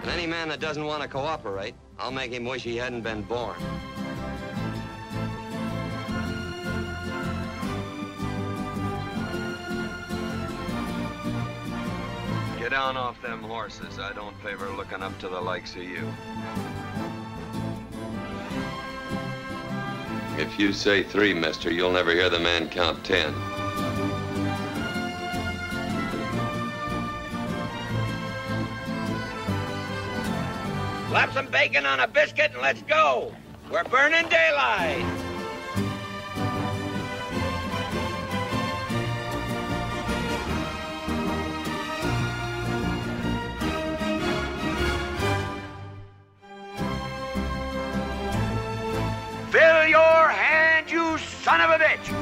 And any man that doesn't want to cooperate, I'll make him wish he hadn't been born. Get down off them horses. I don't favor looking up to the likes of you. If you say 3, mister, you'll never hear the man count 10. Slap some bacon on a biscuit and let's go. We're burning daylight. Fill your hand, you son of a bitch!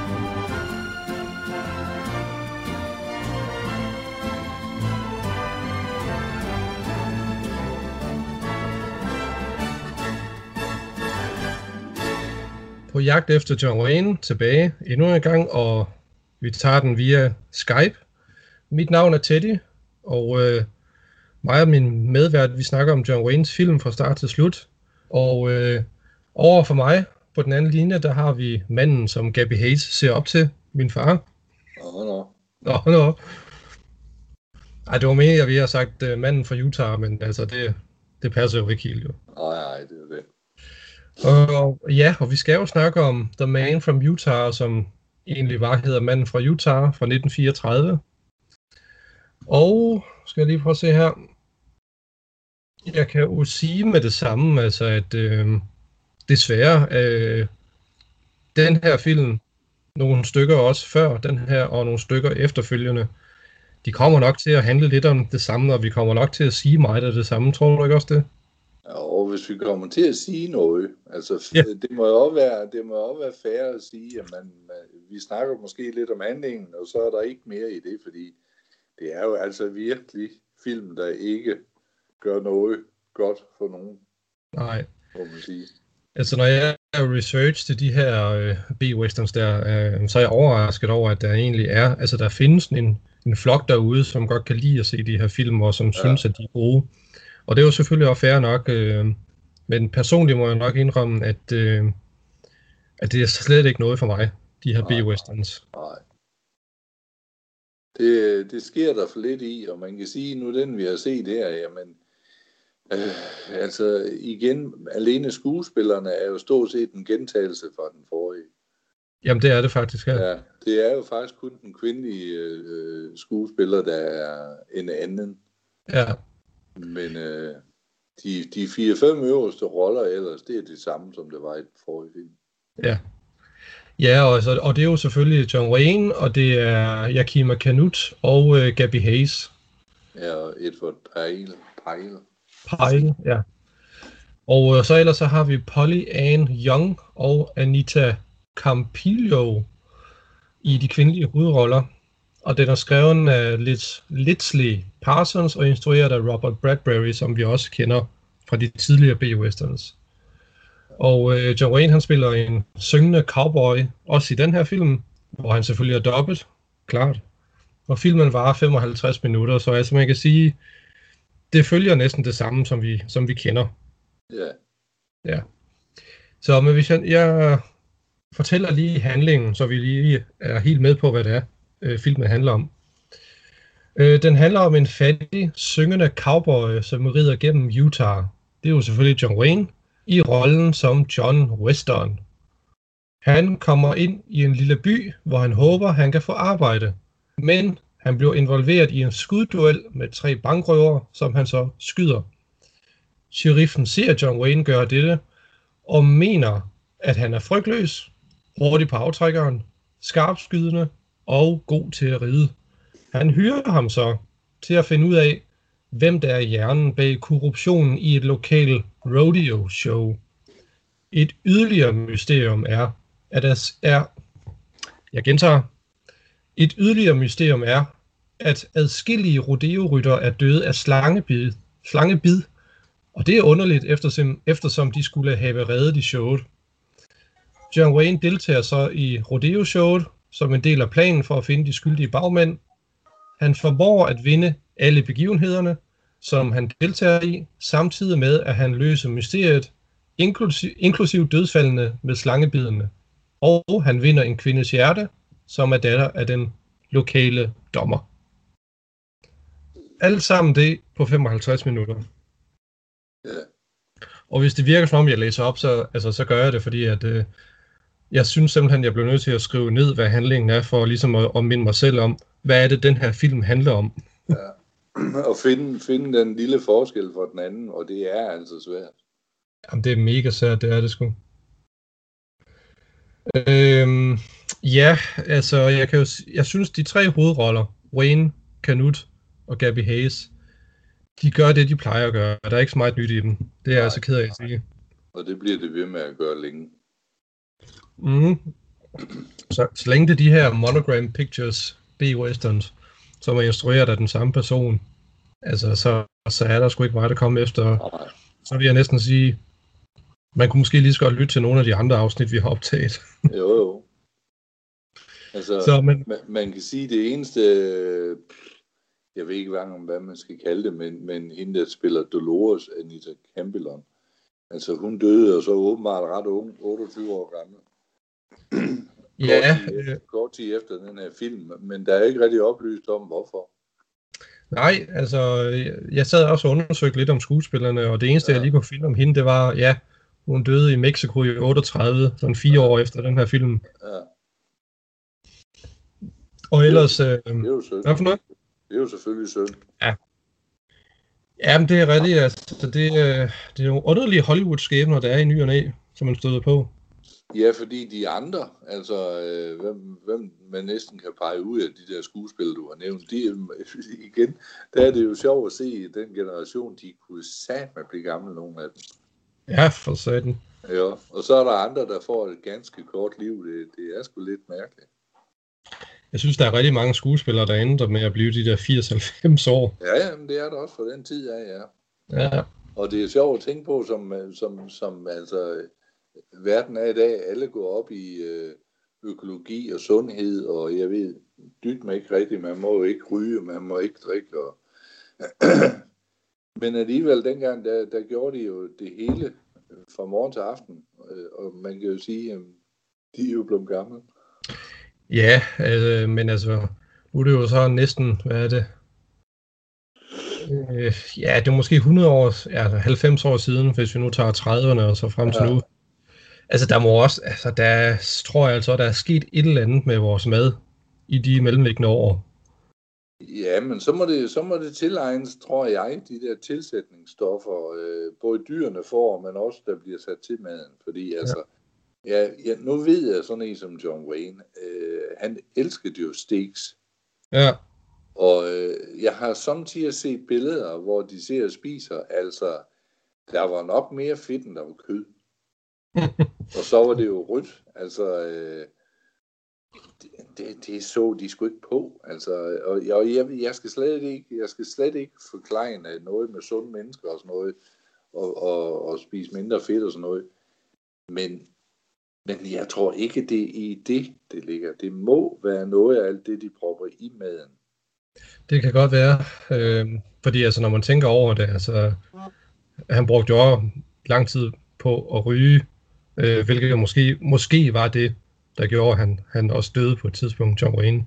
På jagt efter John Wayne tilbage endnu en gang, og vi tager den via Skype. Mit navn er Teddy, og mig og min medvært, vi snakker om John Waynes film fra start til slut. Og over for mig, på den anden linje, der har vi manden, som Gabby Hayes ser op til, min far. Nå. Ej, det var mere, jeg ville have sagt manden fra Utah, men altså, det passer jo ikke helt, jo. Nej, det er det. Og vi skal jo snakke om The Man from Utah, som egentlig hedder Manden fra Utah fra 1934. Og skal jeg lige prøve at se her. Jeg kan jo sige med det samme, altså at desværre den her film, nogle stykker også før den her, og nogle stykker efterfølgende, de kommer nok til at handle lidt om det samme, og vi kommer nok til at sige meget af det samme. Tror du ikke også det? Og hvis vi kommer til at sige noget, altså det må jo også være fair at sige, at vi snakker måske lidt om handlingen, og så er der ikke mere i det, fordi det er jo altså virkelig film, der ikke gør noget godt for nogen. Nej. Må man sige. Altså når jeg har research til de her B-westerns der, så er jeg overrasket over, at der egentlig er, altså der findes en flok derude, som godt kan lide at se de her film, og som synes, at de er gode. Og det er jo selvfølgelig også fair nok, men personligt må jeg nok indrømme, at det er slet ikke noget for mig, de her B-westerns. Nej. Det sker der for lidt i, og man kan sige, nu den vi har set her, jamen, altså igen, alene skuespillerne er jo stort set en gentagelse fra den forrige. Jamen det er det faktisk, ja. Ja, det er jo faktisk kun den kvindelige skuespiller, der er en anden. Ja. Men de 4-5 øverste roller ellers, det er det samme, som det var i den forrige film. Ja. Ja, og det er jo selvfølgelig John Wayne, og det er Yakima Canut og Gabby Hayes. Ja, og Edward Pyle, ja. Og så ellers så har vi Polly Ann Young og Anita Campillo i de kvindelige hovedroller. Og den er skrevet af Lidsley Parsons og instrueret af Robert Bradbury, som vi også kender fra de tidligere B-westerns. Og John Wayne, han spiller en syngende cowboy, også i den her film, hvor han selvfølgelig er dobbelt, klart. Og filmen varer 55 minutter, så altså man kan sige, det følger næsten det samme, som vi kender. Ja. Ja. Så men hvis jeg fortæller lige handlingen, så vi lige er helt med på, hvad det er, filmen handler om. Den handler om en fattig, syngende cowboy, som rider gennem Utah. Det er jo selvfølgelig John Wayne, i rollen som John Weston. Han kommer ind i en lille by, hvor han håber, han kan få arbejde. Men han bliver involveret i en skudduel med 3 bankrøvere, som han så skyder. Sheriffen ser John Wayne gøre dette, og mener, at han er frygtløs, hurtig på aftrækkeren, skarpskydende og god til at ride. Han hyrer ham så til at finde ud af, hvem der er hjernen bag korruptionen i et lokalt rodeo-show. Et yderligere mysterium er, et yderligere mysterium er, at adskillige rodeo-ryttere er døde af slangebid, og det er underligt, eftersom de skulle have reddet i showet. John Wayne deltager så i rodeo-showet som en del af planen for at finde de skyldige bagmænd. Han formår at vinde alle begivenhederne, som han deltager i, samtidig med, at han løser mysteriet, inklusiv dødsfaldene med slangebidene. Og han vinder en kvindes hjerte, som er datter af den lokale dommer. Alt sammen det på 55 minutter. Ja. Og hvis det virker som om, jeg læser op, så gør jeg det, fordi at, jeg synes simpelthen, jeg bliver nødt til at skrive ned, hvad handlingen er, for ligesom at minde mig selv om, hvad er det, den her film handler om. Ja. Og finde den lille forskel for den anden, og det er altså svært. Jamen, det er mega svært, det er det sgu. Ja, altså, jeg synes, de 3 hovedroller, Wayne, Canute og Gabby Hayes, de gør det, de plejer at gøre. Der er ikke så meget nyt i dem. Det er jeg altså ked af at sige. Og det bliver det ved med at gøre længe. Så længe det er de her Monogram Pictures B-westerns, som er instrueret af den samme person, altså, så er der sgu ikke meget at komme efter. Så vil jeg næsten sige, man kunne måske lige så godt lytte til nogle af de andre afsnit, vi har optaget. Jo. Altså, man kan sige, det eneste, jeg ved ikke hvad man skal kalde det, men hende, der spiller Dolores, Anita Campbell, altså hun døde, og så åbenbart ret ung, 28 år gammel. Ja. Kort tid efter den her film, men der er ikke rigtig oplyst om, hvorfor. Nej, altså, jeg sad også og undersøgte lidt om skuespillerne, og det eneste, jeg lige kunne finde om hende, det var, hun døde i Mexico i 38, sådan 4 år efter den her film. Ja. Og ellers... Det er jo synd. Hvad for noget? Det er jo selvfølgelig synd. Ja. Jamen, det er rigtigt, altså, det er nogle underlige Hollywood-skæbner, der er i ny og næ, som man støder på. Ja, fordi de andre, altså hvem man næsten kan pege ud af de der skuespillere, du har nævnt, igen, der er det jo sjovt at se i den generation, de kunne satme blive gamle, nogle af dem. Ja, for satan. Ja, og så er der andre, der får et ganske kort liv. Det er sgu lidt mærkeligt. Jeg synes, der er rigtig mange skuespillere, der ender med at blive de der 80-90 år. Ja, men det er der også for den tid af, ja. Ja. Og det er sjovt at tænke på, som altså, verden er i dag, alle går op i økologi og sundhed, og jeg ved, dyt mig ikke rigtigt, man må jo ikke ryge, man må ikke drikke. Og men alligevel dengang, der gjorde de jo det hele fra morgen til aften, og man kan jo sige, at de er jo blevet gamle. Ja, men altså, nu er det jo så næsten, hvad er det? Ja, det er måske 100 år, 90 år siden, hvis vi nu tager 30'erne og så frem til nu. Altså, der må også, der tror jeg altså, der er sket et eller andet med vores mad i de mellemliggende år. Ja, men så må det tilegnes, tror jeg, de der tilsætningsstoffer, både dyrene får, men også der bliver sat til maden, fordi altså, nu ved jeg sådan en som John Wayne, han elskede jo steaks. Ja. Og jeg har samtidig set billeder, hvor de ser og spiser, altså, der var nok mere fedt, end der var kød. Og så var det jo rødt, altså, det så de sgu ikke på, altså, og jeg skal slet ikke forklare noget med sunde mennesker og sådan noget, og spise mindre fedt og sådan noget, men jeg tror ikke, det er i det ligger. Det må være noget af alt det, de propper i maden. Det kan godt være, fordi altså, når man tænker over det, altså, han brugte jo lang tid på at ryge, hvilket måske var det, der gjorde, at han også døde på et tidspunkt, John Wayne.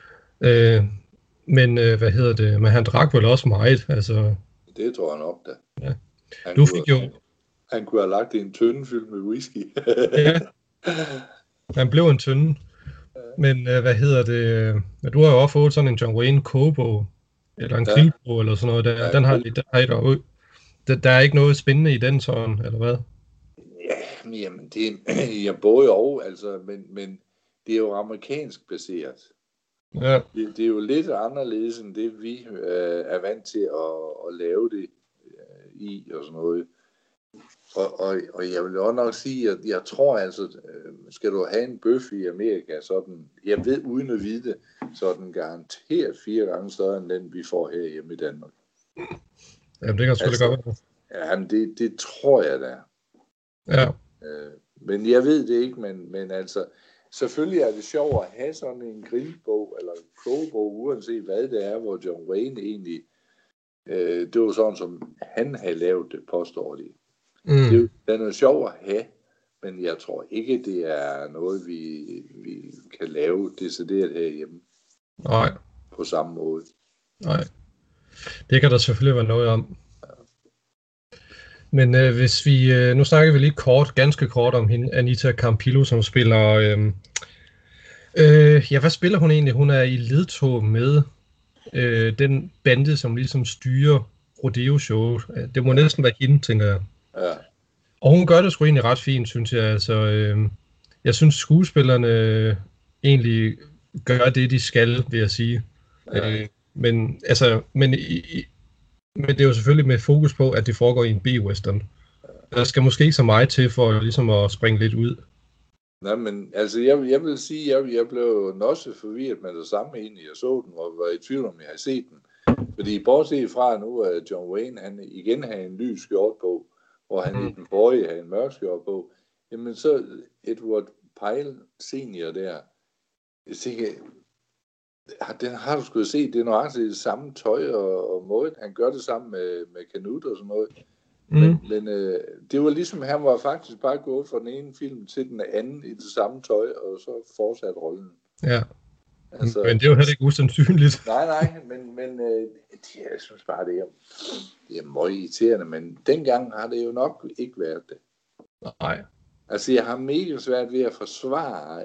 Men men han drak vel også meget, altså. Det tror jeg nok da. Ja. Han kunne have lagt i en tønde fyldt med whisky. Ja. Han blev en tønde. Men du har jo også fået sådan en John Wayne kogebog, eller en grillbog, eller sådan noget der. Ja, den har I derude. Der er ikke noget spændende i den sådan, eller hvad? Ja, jamen det både og, altså, men det er jo amerikansk baseret. Ja. Det er jo lidt anderledes end det, vi er vant til at lave det i, og sådan noget. Og jeg vil også nok sige, at jeg tror altså, skal du have en bøf i Amerika, sådan, jeg ved uden at vide det, så er den garanteret 4 gange større end den, vi får her hjemme i Danmark. Jamen det kan selvfølgelig godt være. Jamen det tror jeg da. Ja. Men jeg ved det ikke, men altså, selvfølgelig er det sjovt at have sådan en grillbog, eller en kogebog, uanset hvad det er, hvor John Wayne egentlig Det var sådan, som han havde lavet det, påstår de. Mm. Den er sjov at have, men jeg tror ikke, det er noget, vi kan lave decideret herhjemme. Nej. På samme måde. Nej. Det kan der selvfølgelig være noget om. Men hvis vi... nu snakker vi lige ganske kort om hende, Anita Campillo, som spiller... ja, hvad spiller hun egentlig? Hun er i ledtog med den bande, som ligesom styrer rodeo-showet. Det må næsten være hende, tænker jeg. Ja. Og hun gør det sgu egentlig ret fint, synes jeg. Altså, jeg synes, skuespillerne egentlig gør det, de skal, vil jeg sige. Ja. Men det er jo selvfølgelig med fokus på, at det foregår i en B-western. Der skal måske ikke så meget til for ligesom at springe lidt ud. Nej, men altså, jeg vil sige, jeg blev også forvirret med det samme, egentlig jeg så den, og var i tvivl om, jeg har set den. Fordi bortset fra nu, at John Wayne, han igen har en lys skjort på, hvor han i den forrige har en mørk skjort på, jamen så Edward Pyle senior der, jeg tænker, den har du sgu set, det er nøjagtigt det samme tøj og måde, han gør det sammen med Canute og sådan noget. Men det var ligesom, han var faktisk bare gået fra den ene film til den anden i det samme tøj, og så fortsat rollen. Ja, altså, men det er jo heller ikke usandsynligt. Nej, men jeg synes bare, det er meget irriterende, men dengang har det jo nok ikke været det. Nej. Altså, jeg har mega svært ved at forsvare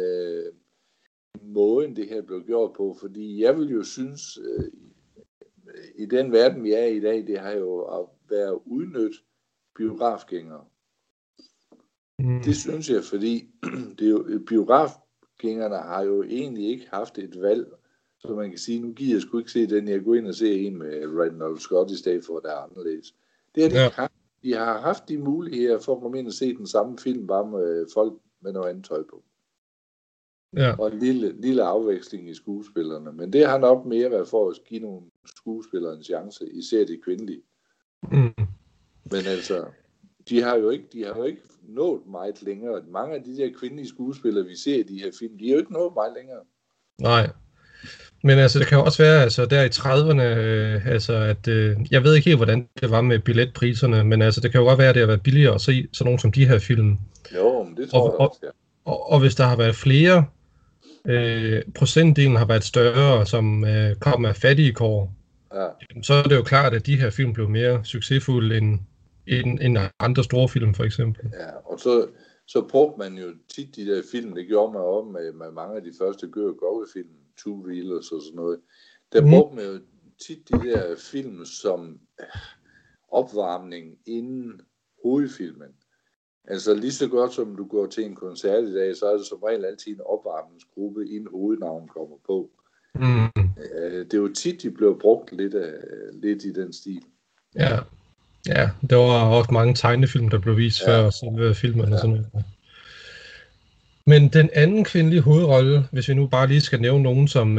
måden, det her blev gjort på, fordi jeg vil jo synes, i den verden, vi er i dag, det har jo at være udnyttet biografgængere. Det synes jeg, fordi det er jo, biografgængerne har jo egentlig ikke haft et valg, så man kan sige, nu giver jeg sgu ikke se den, jeg går ind og ser en med Randall Scott i stedet for, der er anderledes. Det er det ikke haft. De har haft de muligheder for at komme ind og se den samme film, bare med folk med noget andet tøj på. Ja. Og en lille afveksling i skuespillerne. Men det har nok mere været for at give nogle skuespillere en chance, især de kvindelige. Men altså, de har jo ikke nået meget længere. Mange af de der kvindelige skuespillere, vi ser i de her film, de har jo ikke nået meget længere. Nej. Men altså, det kan jo også være, altså der i 30'erne, altså at, jeg ved ikke helt, hvordan det var med billetpriserne, men altså, det kan jo godt være, at det har været billigere at se sådan nogle som de her film. Jo, men det tror jeg også, ja. Og hvis der har været flere, procentdelen har været større, som kom af fattige kår, så er det jo klart, at de her film blev mere succesfulde end andre store film, for eksempel. Ja, og så brugte man jo tit de der film, det gjorde man også med mange af de første Gokke-film, Two Reelers og sådan noget. Der brugte man jo tit de der film som opvarmning inden hovedfilmen. Altså lige så godt som du går til en koncert i dag, så er det som regel altid en opvarmningsgruppe, inden hovednavnet kommer på. Det er jo tit, de blev brugt lidt i den stil. Ja, der var også mange tegnefilm, der blev vist før selve filmen og sådan noget. Men den anden kvindelige hovedrolle, hvis vi nu bare lige skal nævne nogen som,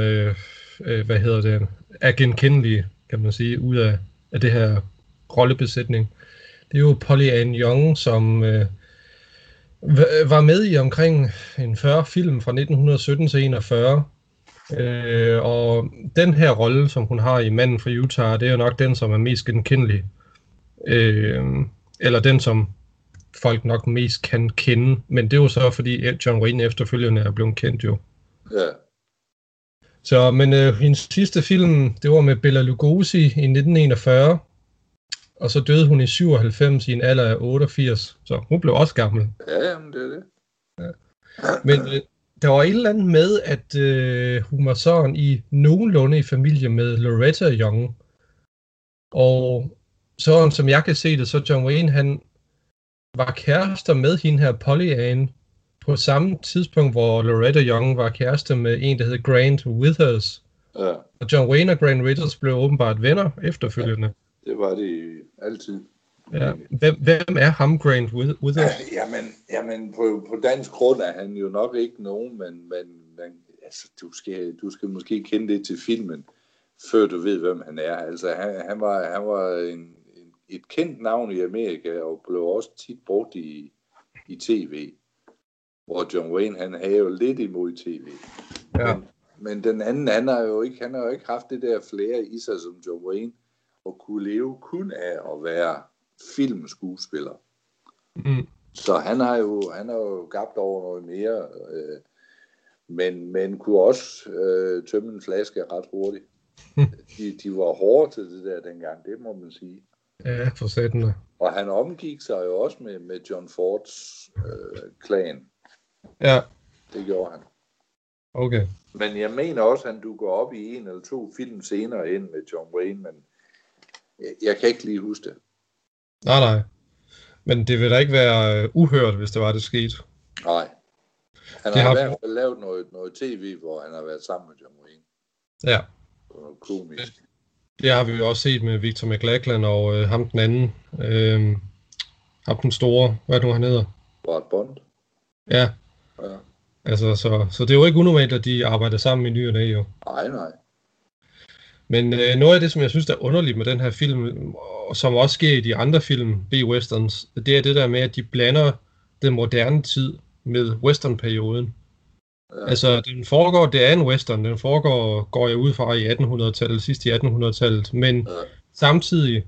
er genkendelige, kan man sige, ud af det her rollebesætning. Det er jo Polly Ann Young, som var med i omkring en 40 film fra 1917 til 41. Og den her rolle, som hun har i Manden fra Utah, det er jo nok den, som er mest genkendelig. Eller den, som folk nok mest kan kende. Men det er jo så, fordi John Wayne efterfølgende er blevet kendt jo. Ja. Så, men hendes sidste film, det var med Bela Lugosi i 1941. Og så døde hun i 97 i en alder af 88. Så hun blev også gammel. Ja, men det er det. Ja. Men der var et eller andet med, at hun var sådan i nogenlunde i familie med Loretta Young. Og sådan som jeg kan se det, så John Wayne, han var kærester med hende her Polly Ann på samme tidspunkt, hvor Loretta Young var kærester med en, der hed Grant Withers. Ja. Og John Wayne og Grant Withers blev åbenbart venner efterfølgende. Ja, det var det altid. Ja. Hvem er ham, Grant Withers? Jamen på dansk grund er han jo nok ikke nogen, men altså, du skal måske kende det til filmen, før du ved, hvem han er. Altså, han var et kendt navn i Amerika, og blev også tit brugt i tv. Hvor John Wayne, han havde jo lidt imod tv. Ja. Men den anden, han har jo ikke haft det der flere i sig som John Wayne. at kunne leve kun af at være filmskuespiller. Mm. Så han har jo gabt over noget mere, men kunne også tømme en flaske ret hurtigt. De var hårde til det der dengang, det må man sige. Ja, for satan. Og han omgik sig jo også med John Fords klan. Ja. Det gjorde han. Okay. Men jeg mener også, at han dukker op i 1 eller 2 film senere ind med John Wayne, men jeg kan ikke lige huske det. Nej. Men det vil da ikke være uhørt, hvis det var, det skete. Nej. Han har i hvert fald lavet noget tv, hvor han har været sammen med John Wayne. Ja. Noget komisk. Det har vi jo også set med Victor McLachlan og ham den anden. Ham den store. Hvad er det nu, han hedder? Bart Bond. Ja. Altså, så det er jo ikke unormalt, at de arbejder sammen i ny og næ, jo. Nej. Men noget af det, som jeg synes, der er underligt med den her film, og som også sker i de andre film, B-westerns, det er det der med, at de blander den moderne tid med westernperioden. Ja. Altså, det er en western, den går jeg ud fra i 1800-tallet, sidst i 1800-tallet, men samtidig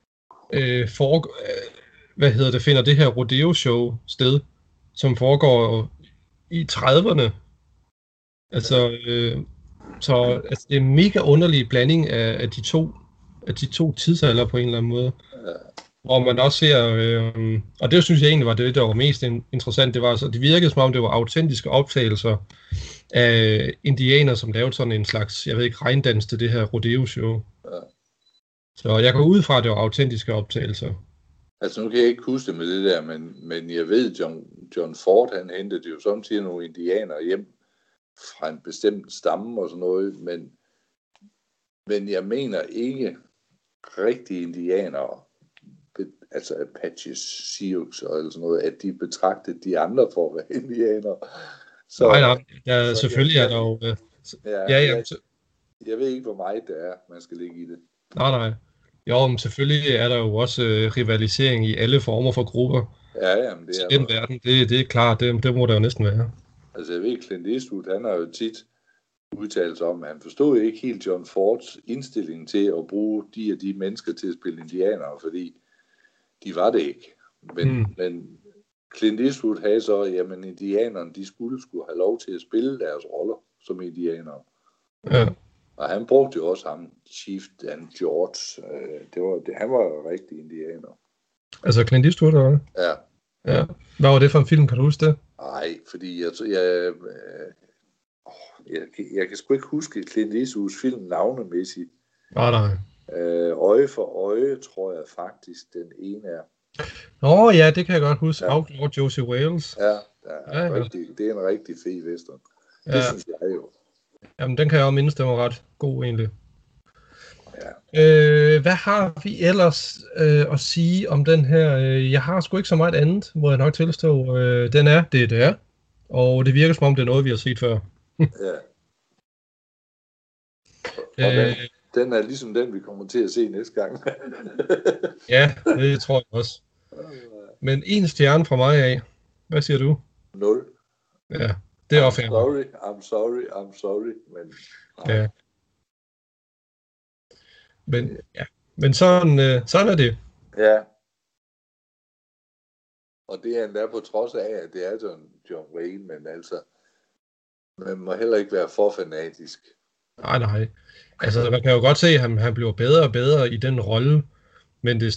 finder det her rodeo-show sted, som foregår i 30'erne. Altså, altså, det er en mega underlig blanding af de to tidsalder på en eller anden måde. Hvor man også ser, og det synes jeg egentlig var det, der var mest interessant, det var altså, det virkede som om det var autentiske optagelser af indianer, som lavede sådan en slags, jeg ved ikke, regndans til det her rodeo-show. Ja. Så jeg går ud fra, at det var autentiske optagelser. Altså nu kan jeg ikke huske det med det der, men jeg ved, John Ford, han hentede jo samtidig nogle indianere hjem fra en bestemt stamme og sådan noget, men jeg mener ikke rigtige indianere, altså Apaches, Sioux og sådan noget, at de betragtede de andre for at være indianere. Så, nej, ja, selvfølgelig er der jo... Jeg ved ikke, hvor meget det er, man skal ligge i det. Nej. Jo, men selvfølgelig er der jo også rivalisering i alle former for grupper. Ja, men det er den verden, det er klart, det må der jo næsten være. Altså jeg ved, Clint Eastwood, han har jo tit udtalt sig om, at han forstod ikke helt John Fords indstilling til at bruge de og de mennesker til at spille indianere, fordi de var det ikke. Men Clint Eastwood havde så, jamen indianerne, de skulle have lov til at spille deres roller som indianere. Ja. Og han brugte jo også ham, Chief Dan George. Han var jo rigtig indianer. Altså Clint Eastwood, eller hvad? Ja. Hvad var det for en film, kan du huske det? Nej, fordi jeg kan sgu ikke huske Clint Eastwoods film navnemæssigt. Nej. Øje for øje, tror jeg faktisk, den ene er. Ja, det kan jeg godt huske. Ja. Outlaw Josie Wales. Ja. Rigtig, det er en rigtig fed western. Ja. Det synes jeg jo. Jamen, den kan jeg også mindes, den var ret god egentlig. Ja. Hvad har vi ellers at sige om den her? Jeg har sgu ikke så meget andet, må jeg nok tilstå. Den er det er, og det virker som om, det er noget, vi har set før. Ja. Og den er ligesom den, vi kommer til at se næste gang. Ja, det tror jeg også. Men 1 stjerne fra mig af. Hvad siger du? 0. Ja, det er også I'm sorry, men... Ja. Men sådan er det. Ja. Og det er endda på trods af, at det er John Wayne, men altså, man må heller ikke være for fanatisk. Nej. Altså, man kan jo godt se, at han bliver bedre og bedre i den rolle, men det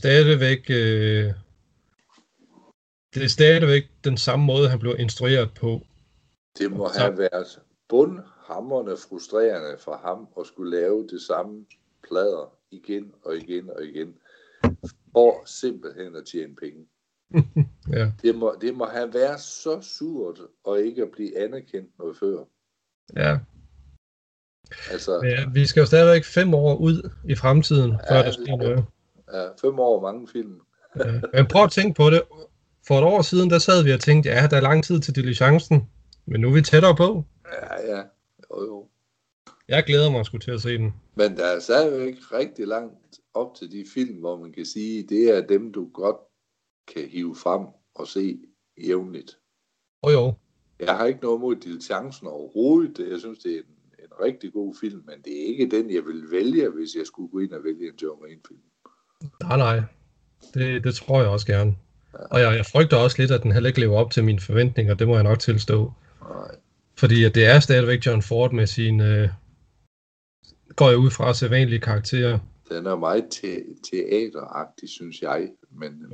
er stadigvæk den samme måde, han bliver instrueret på. Det må have været bundhamrende frustrerende for ham at skulle lave det samme plader igen og igen, for simpelthen at tjene penge. Ja. Det må have været så surt og ikke at blive anerkendt noget før. Ja. Altså, ja, vi skal jo stadigvæk 5 år ud i fremtiden, før der sker noget. Ja, 5 år mange film. Ja. Men prøv at tænke på det. For et år siden, der sad vi og tænkte, ja, der er lang tid til diligencen, men nu er vi tættere på. Ja. Jo. Jeg glæder mig sgu til at se den. Men der er stadigvæk rigtig langt op til de film, hvor man kan sige, det er dem, du godt kan hive frem og se jævnligt. Jo. Jeg har ikke noget mod diligencen overhovedet. Jeg synes, det er en rigtig god film, men det er ikke den, jeg vil vælge, hvis jeg skulle gå ind og vælge en John Wayne-film. Nej. Det tror jeg også gerne. Ja. Og jeg frygter også lidt, at den heller ikke lever op til mine forventninger. Det må jeg nok tilstå. Nej. Fordi at det er stadigvæk John Ford med sin, går jeg ud fra, sædvanlige karakterer. Den er meget teateragtig, synes jeg. Men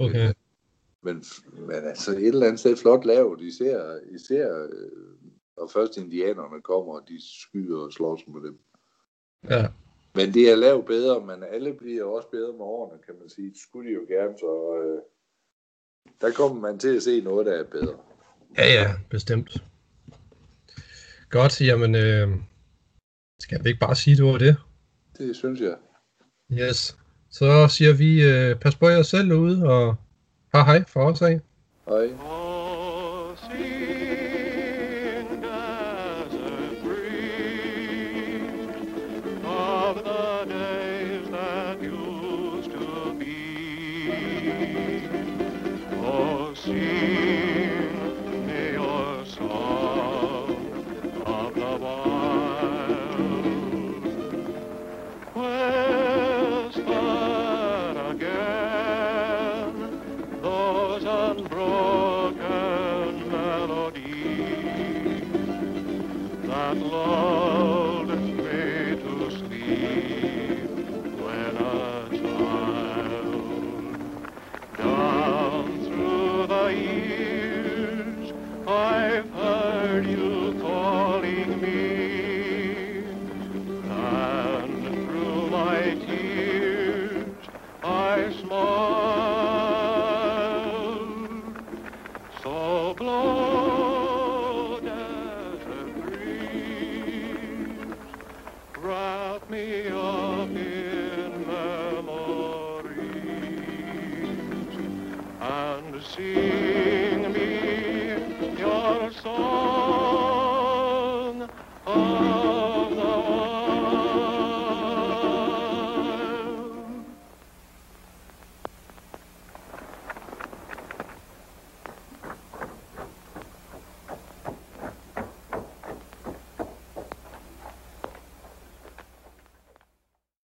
altså et eller andet sted flot lavet. Især og først indianerne kommer, og de skyder og slås med dem. Ja. Men det er lavet bedre, men alle bliver også bedre med årene, kan man sige. Det skulle de jo gerne, så der kommer man til at se noget, der er bedre. Ja, bestemt. Godt, jamen, skal vi ikke bare sige, det var det? Det synes jeg. Yes. Så siger vi, pas på jer selv ude, og hej for os af. Hej. See